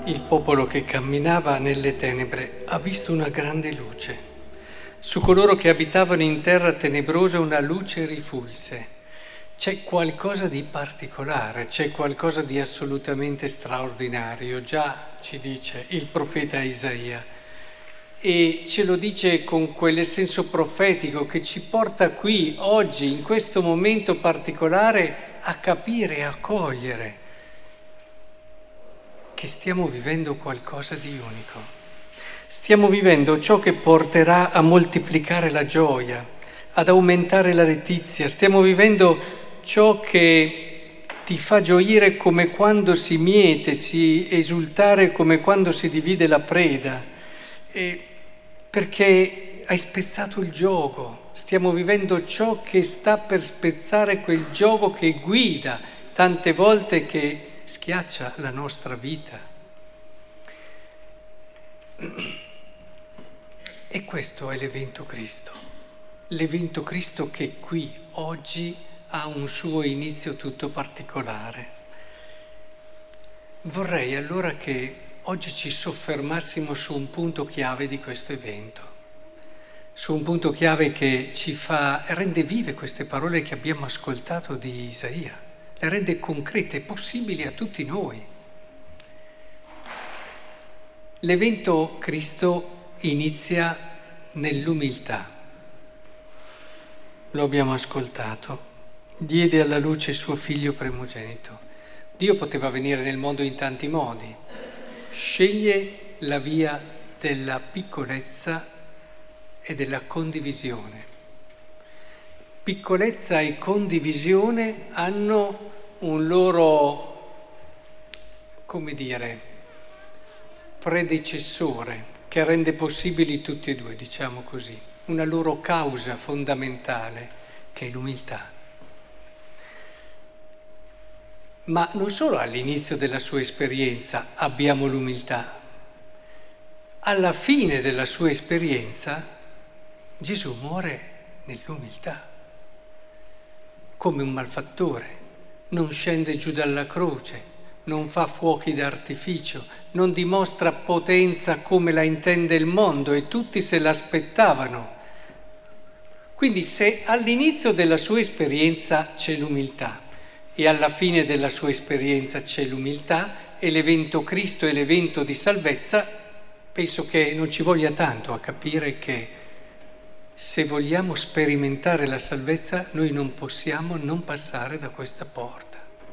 Il popolo che camminava nelle tenebre ha visto una grande luce. Su coloro che abitavano in terra tenebrosa una luce rifulse. C'è qualcosa di particolare, c'è qualcosa di assolutamente straordinario, già ci dice il profeta Isaia. E ce lo dice con quel senso profetico che ci porta qui, oggi, in questo momento particolare, a capire e a cogliere che stiamo vivendo qualcosa di unico. Stiamo vivendo ciò che porterà a moltiplicare la gioia, ad aumentare la letizia. Stiamo vivendo ciò che ti fa gioire come quando si miete, si esultare come quando si divide la preda. Perché hai spezzato il giogo. Stiamo vivendo ciò che sta per spezzare quel giogo che guida tante volte, che schiaccia la nostra vita. E questo è l'evento Cristo che qui, oggi, ha un suo inizio tutto particolare. Vorrei allora che oggi ci soffermassimo su un punto chiave di questo evento, su un punto chiave che rende vive queste parole che abbiamo ascoltato di Isaia, le rende concrete, possibili a tutti noi. L'evento Cristo inizia nell'umiltà. Lo abbiamo ascoltato. Diede alla luce suo figlio primogenito. Dio poteva venire nel mondo in tanti modi. Sceglie la via della piccolezza e della condivisione. Piccolezza e condivisione hanno un loro, predecessore che rende possibili tutti e due, diciamo così, una loro causa fondamentale che è l'umiltà. Ma non solo all'inizio della sua esperienza abbiamo l'umiltà, alla fine della sua esperienza Gesù muore nell'umiltà, come un malfattore, non scende giù dalla croce, non fa fuochi d'artificio, non dimostra potenza come la intende il mondo e tutti se l'aspettavano. Quindi se all'inizio della sua esperienza c'è l'umiltà e alla fine della sua esperienza c'è l'umiltà e l'evento Cristo è l'evento di salvezza, penso che non ci voglia tanto a capire che se vogliamo sperimentare la salvezza noi non possiamo non passare da questa porta.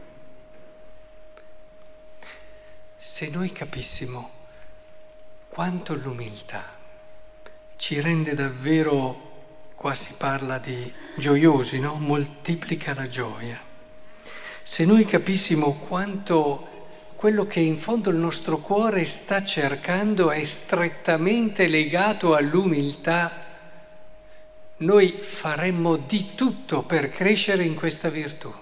Se noi capissimo quanto l'umiltà ci rende davvero, qua si parla di gioiosi, no? Moltiplica la gioia. Se noi capissimo quanto quello che in fondo il nostro cuore sta cercando è strettamente legato all'umiltà, noi faremmo di tutto per crescere in questa virtù.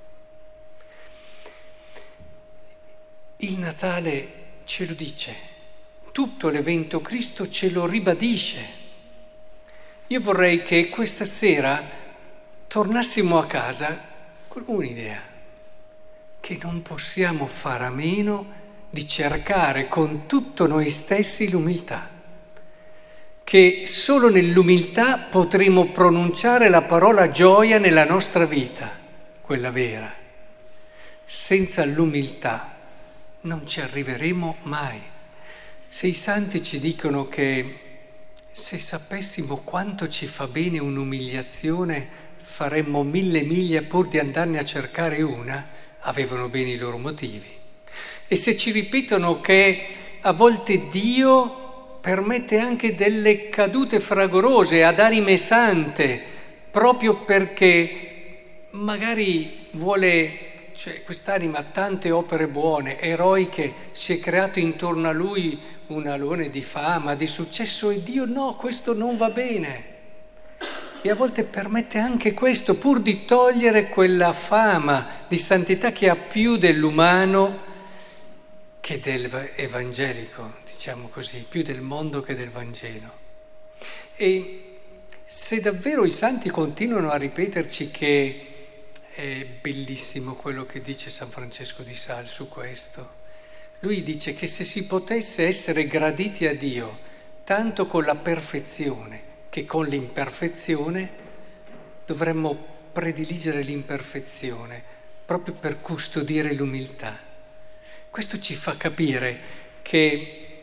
Il Natale ce lo dice, tutto l'evento Cristo ce lo ribadisce. Io vorrei che questa sera tornassimo a casa con un'idea, che non possiamo fare a meno di cercare con tutto noi stessi l'umiltà, che solo nell'umiltà potremo pronunciare la parola gioia nella nostra vita, quella vera. Senza l'umiltà non ci arriveremo mai. Se i santi ci dicono che se sapessimo quanto ci fa bene un'umiliazione, faremmo 1000 miglia pur di andarne a cercare una, avevano bene i loro motivi. E se ci ripetono che a volte Dio permette anche delle cadute fragorose ad anime sante, proprio perché magari quest'anima ha tante opere buone, eroiche, si è creato intorno a lui un alone di fama, di successo, e Dio no, questo non va bene. E a volte permette anche questo, pur di togliere quella fama di santità che ha più dell'umano che dell'evangelico, diciamo così, più del mondo che del Vangelo. E se davvero i santi continuano a ripeterci che è bellissimo quello che dice San Francesco di Sales su questo, Lui dice che se si potesse essere graditi a Dio tanto con la perfezione che con l'imperfezione, dovremmo prediligere l'imperfezione proprio per custodire l'umiltà. Questo ci fa capire che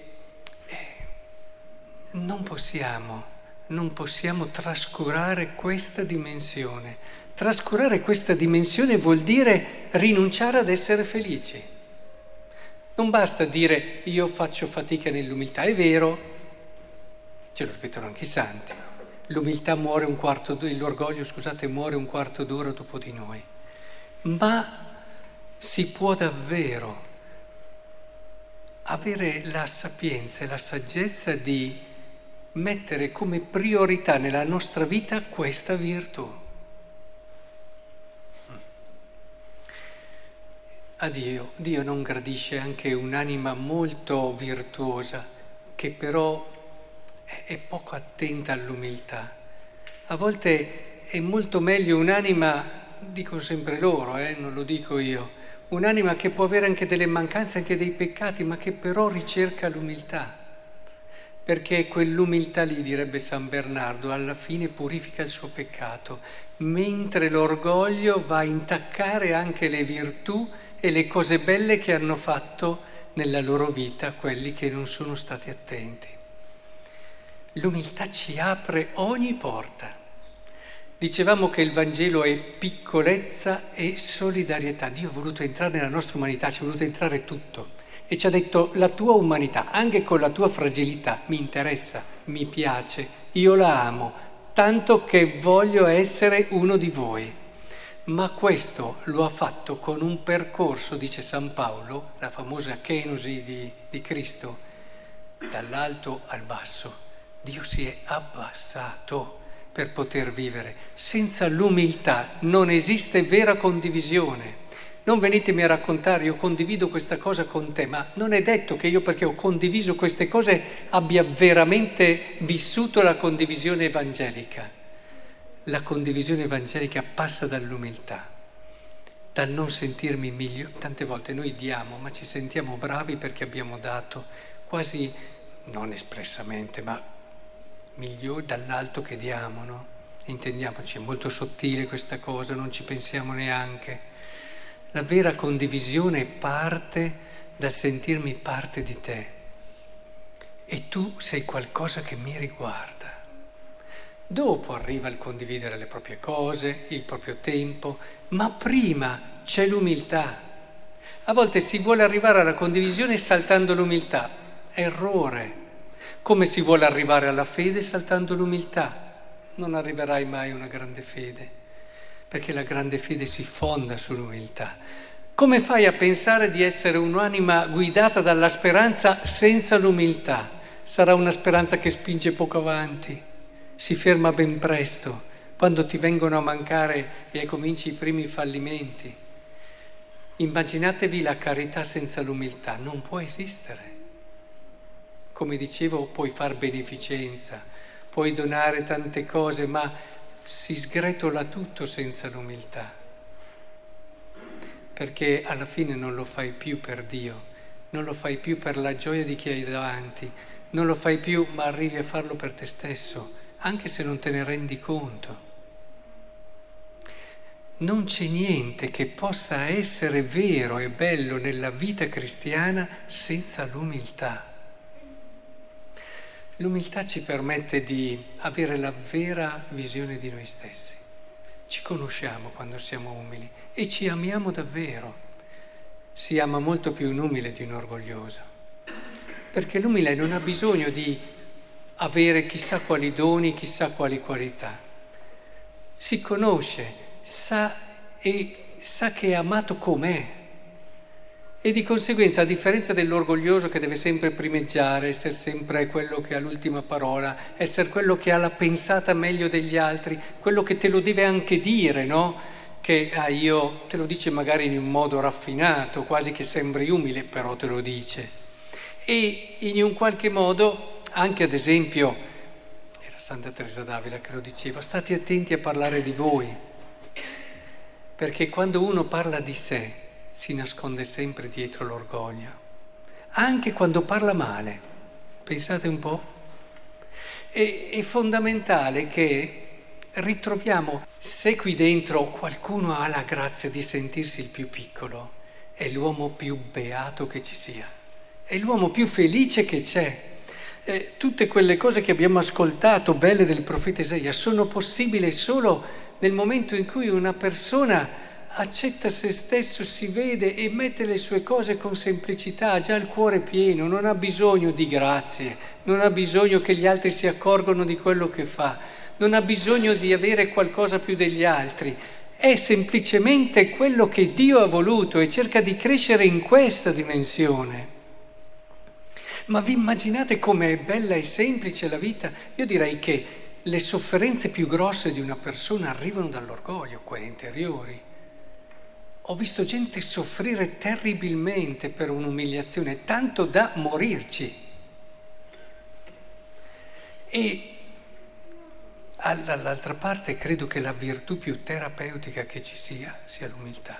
non possiamo trascurare questa dimensione. Trascurare questa dimensione vuol dire rinunciare ad essere felici. Non basta dire io faccio fatica nell'umiltà, è vero, ce lo ripetono anche i santi. L'orgoglio, muore un quarto d'ora dopo di noi. Ma si può davvero avere la sapienza e la saggezza di mettere come priorità nella nostra vita questa virtù. Dio non gradisce anche un'anima molto virtuosa, che però è poco attenta all'umiltà. A volte è molto meglio un'anima, dico sempre loro, non lo dico io, un'anima che può avere anche delle mancanze, anche dei peccati, ma che però ricerca l'umiltà. Perché quell'umiltà lì, direbbe San Bernardo, alla fine purifica il suo peccato, mentre l'orgoglio va a intaccare anche le virtù e le cose belle che hanno fatto nella loro vita quelli che non sono stati attenti. L'umiltà ci apre ogni porta. Dicevamo che il Vangelo è piccolezza e solidarietà. Dio ha voluto entrare nella nostra umanità, ci è voluto entrare tutto. E ci ha detto la tua umanità, anche con la tua fragilità, mi interessa, mi piace, io la amo, tanto che voglio essere uno di voi. Ma questo lo ha fatto con un percorso, dice San Paolo, la famosa kenosi di Cristo, dall'alto al basso. Dio si è abbassato per poter vivere. Senza l'umiltà non esiste vera condivisione. Non venitemi a raccontare, io condivido questa cosa con te, ma non è detto che io, perché ho condiviso queste cose, abbia veramente vissuto la condivisione evangelica. La condivisione evangelica passa dall'umiltà, dal non sentirmi migliore. Tante volte noi diamo, ma ci sentiamo bravi perché abbiamo dato, quasi non espressamente, ma migliore dall'alto che diamo, no? Intendiamoci, è molto sottile questa cosa, non ci pensiamo neanche. La vera condivisione parte dal sentirmi parte di te e tu sei qualcosa che mi riguarda. Dopo arriva il condividere le proprie cose, il proprio tempo, ma prima c'è l'umiltà. A volte si vuole arrivare alla condivisione saltando l'umiltà, errore. Come si vuole arrivare alla fede saltando l'umiltà? Non arriverai mai a una grande fede, perché la grande fede si fonda sull'umiltà. Come fai a pensare di essere un'anima guidata dalla speranza senza l'umiltà? Sarà una speranza che spinge poco avanti, si ferma ben presto, quando ti vengono a mancare e cominci i primi fallimenti. Immaginatevi la carità senza l'umiltà, non può esistere. Come dicevo, puoi far beneficenza, puoi donare tante cose, ma si sgretola tutto senza l'umiltà. Perché alla fine non lo fai più per Dio, non lo fai più per la gioia di chi hai davanti, non lo fai più, ma arrivi a farlo per te stesso, anche se non te ne rendi conto. Non c'è niente che possa essere vero e bello nella vita cristiana senza l'umiltà. L'umiltà ci permette di avere la vera visione di noi stessi. Ci conosciamo quando siamo umili e ci amiamo davvero. Si ama molto più un umile di un orgoglioso, perché l'umile non ha bisogno di avere chissà quali doni, chissà quali qualità. Si conosce, sa che è amato com'è. E di conseguenza, a differenza dell'orgoglioso che deve sempre primeggiare, essere sempre quello che ha l'ultima parola, essere quello che ha la pensata meglio degli altri, quello che te lo deve anche dire, no? Che io te lo dice magari in un modo raffinato, quasi che sembri umile, però te lo dice. E in un qualche modo, anche ad esempio, era Santa Teresa d'Avila che lo diceva, state attenti a parlare di voi, perché quando uno parla di sé, si nasconde sempre dietro l'orgoglio. anche quando parla male. Pensate un po'. È fondamentale che ritroviamo, se qui dentro qualcuno ha la grazia di sentirsi il più piccolo, è l'uomo più beato che ci sia, è l'uomo più felice che c'è. Tutte quelle cose che abbiamo ascoltato, belle del profeta Isaia, sono possibili solo nel momento in cui una persona accetta se stesso, si vede e mette le sue cose con semplicità, ha già il cuore pieno, non ha bisogno di grazie, non ha bisogno che gli altri si accorgano di quello che fa, non ha bisogno di avere qualcosa più degli altri, è semplicemente quello che Dio ha voluto e cerca di crescere in questa dimensione. Ma vi immaginate com'è bella e semplice la vita? Io direi che le sofferenze più grosse di una persona arrivano dall'orgoglio, quelle interiori. Ho visto gente soffrire terribilmente per un'umiliazione, tanto da morirci. E dall'altra parte credo che la virtù più terapeutica che ci sia l'umiltà.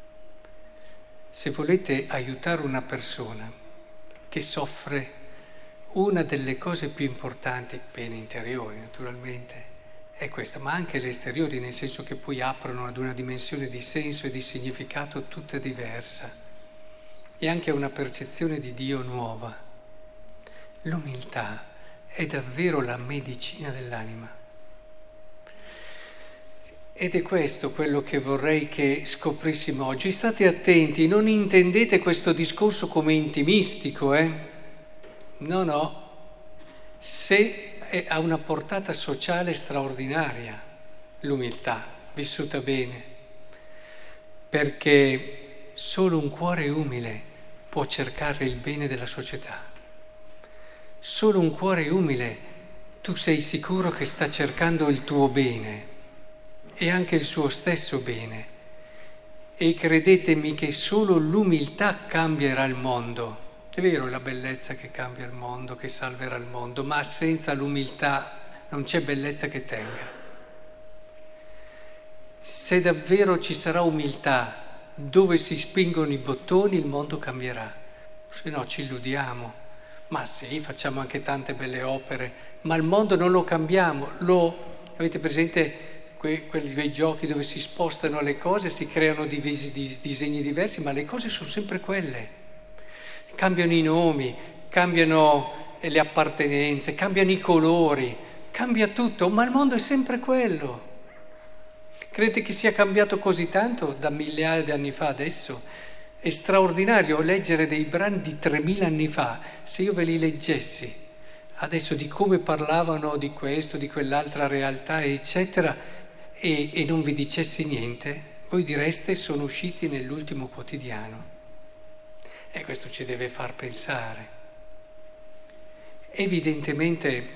Se volete aiutare una persona che soffre una delle cose più importanti, pene interiori naturalmente, è questa, ma anche le esteriori, nel senso che poi aprono ad una dimensione di senso e di significato tutta diversa e anche a una percezione di Dio nuova. L'umiltà è davvero la medicina dell'anima. Ed è questo quello che vorrei che scoprissimo oggi. State attenti, non intendete questo discorso come intimistico, No. Se ha una portata sociale straordinaria, l'umiltà, vissuta bene, perché solo un cuore umile può cercare il bene della società. Solo un cuore umile, tu sei sicuro che sta cercando il tuo bene e anche il suo stesso bene. E credetemi che solo l'umiltà cambierà il mondo. È vero, è la bellezza che cambia il mondo, che salverà il mondo, ma senza l'umiltà non c'è bellezza che tenga. Se davvero ci sarà umiltà dove si spingono i bottoni, il mondo cambierà. Se no ci illudiamo. Ma sì, facciamo anche tante belle opere, ma il mondo non lo cambiamo. Avete presente quei giochi dove si spostano le cose, si creano disegni diversi, ma le cose sono sempre quelle. Cambiano i nomi, cambiano le appartenenze, cambiano i colori, cambia tutto, ma il mondo è sempre quello. Credete che sia cambiato così tanto da migliaia di anni fa adesso? È straordinario leggere dei brani di 3000 anni fa. Se io ve li leggessi adesso di come parlavano di questo, di quell'altra realtà, eccetera, e non vi dicessi niente, voi direste sono usciti nell'ultimo quotidiano. E questo ci deve far pensare. Evidentemente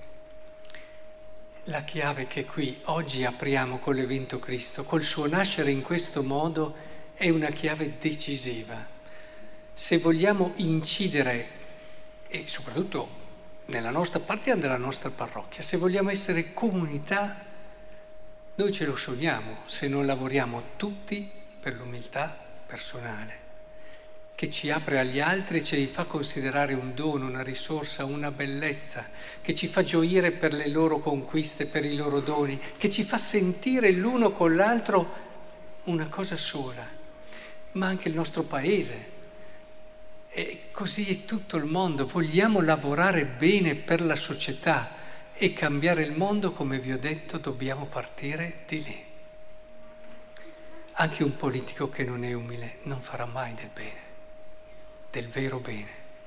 la chiave che qui oggi apriamo con l'evento Cristo, col suo nascere in questo modo, è una chiave decisiva. Se vogliamo incidere, e soprattutto nella nostra, partiamo dalla nostra parrocchia, se vogliamo essere comunità, noi ce lo sogniamo se non lavoriamo tutti per l'umiltà personale, che ci apre agli altri e ce li fa considerare un dono, una risorsa, una bellezza, che ci fa gioire per le loro conquiste, per i loro doni, che ci fa sentire l'uno con l'altro una cosa sola, ma anche il nostro paese. E così è tutto il mondo. Vogliamo lavorare bene per la società e cambiare il mondo, come vi ho detto, dobbiamo partire di lì. Anche un politico che non è umile non farà mai del bene, del vero bene.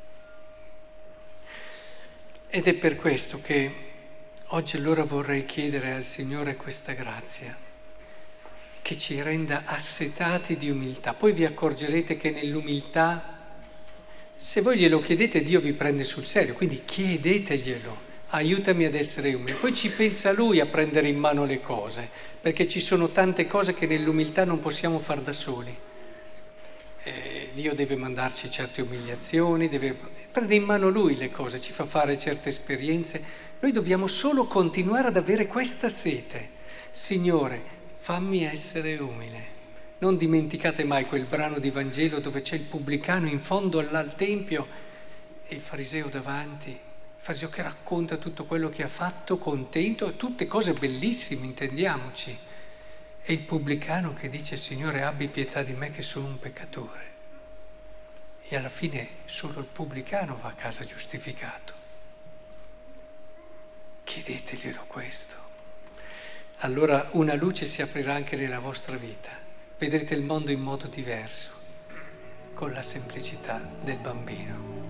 Ed è per questo che oggi allora vorrei chiedere al Signore questa grazia, che ci renda assetati di umiltà. Poi vi accorgerete che nell'umiltà, se voi glielo chiedete, Dio vi prende sul serio, quindi chiedeteglielo, aiutami ad essere umile. Poi ci pensa Lui a prendere in mano le cose, perché ci sono tante cose che nell'umiltà non possiamo far da soli. Dio deve mandarci certe umiliazioni, prende in mano Lui le cose, ci fa fare certe esperienze. Noi dobbiamo solo continuare ad avere questa sete. Signore, fammi essere umile, Non dimenticate mai quel brano di Vangelo dove c'è il pubblicano in fondo al tempio e il fariseo davanti, il fariseo che racconta tutto quello che ha fatto, contento, tutte cose bellissime, intendiamoci. E il pubblicano che dice: Signore, abbi pietà di me che sono un peccatore. E alla fine solo il pubblicano va a casa giustificato. Chiedeteglielo questo. Allora una luce si aprirà anche nella vostra vita. Vedrete il mondo in modo diverso, con la semplicità del bambino.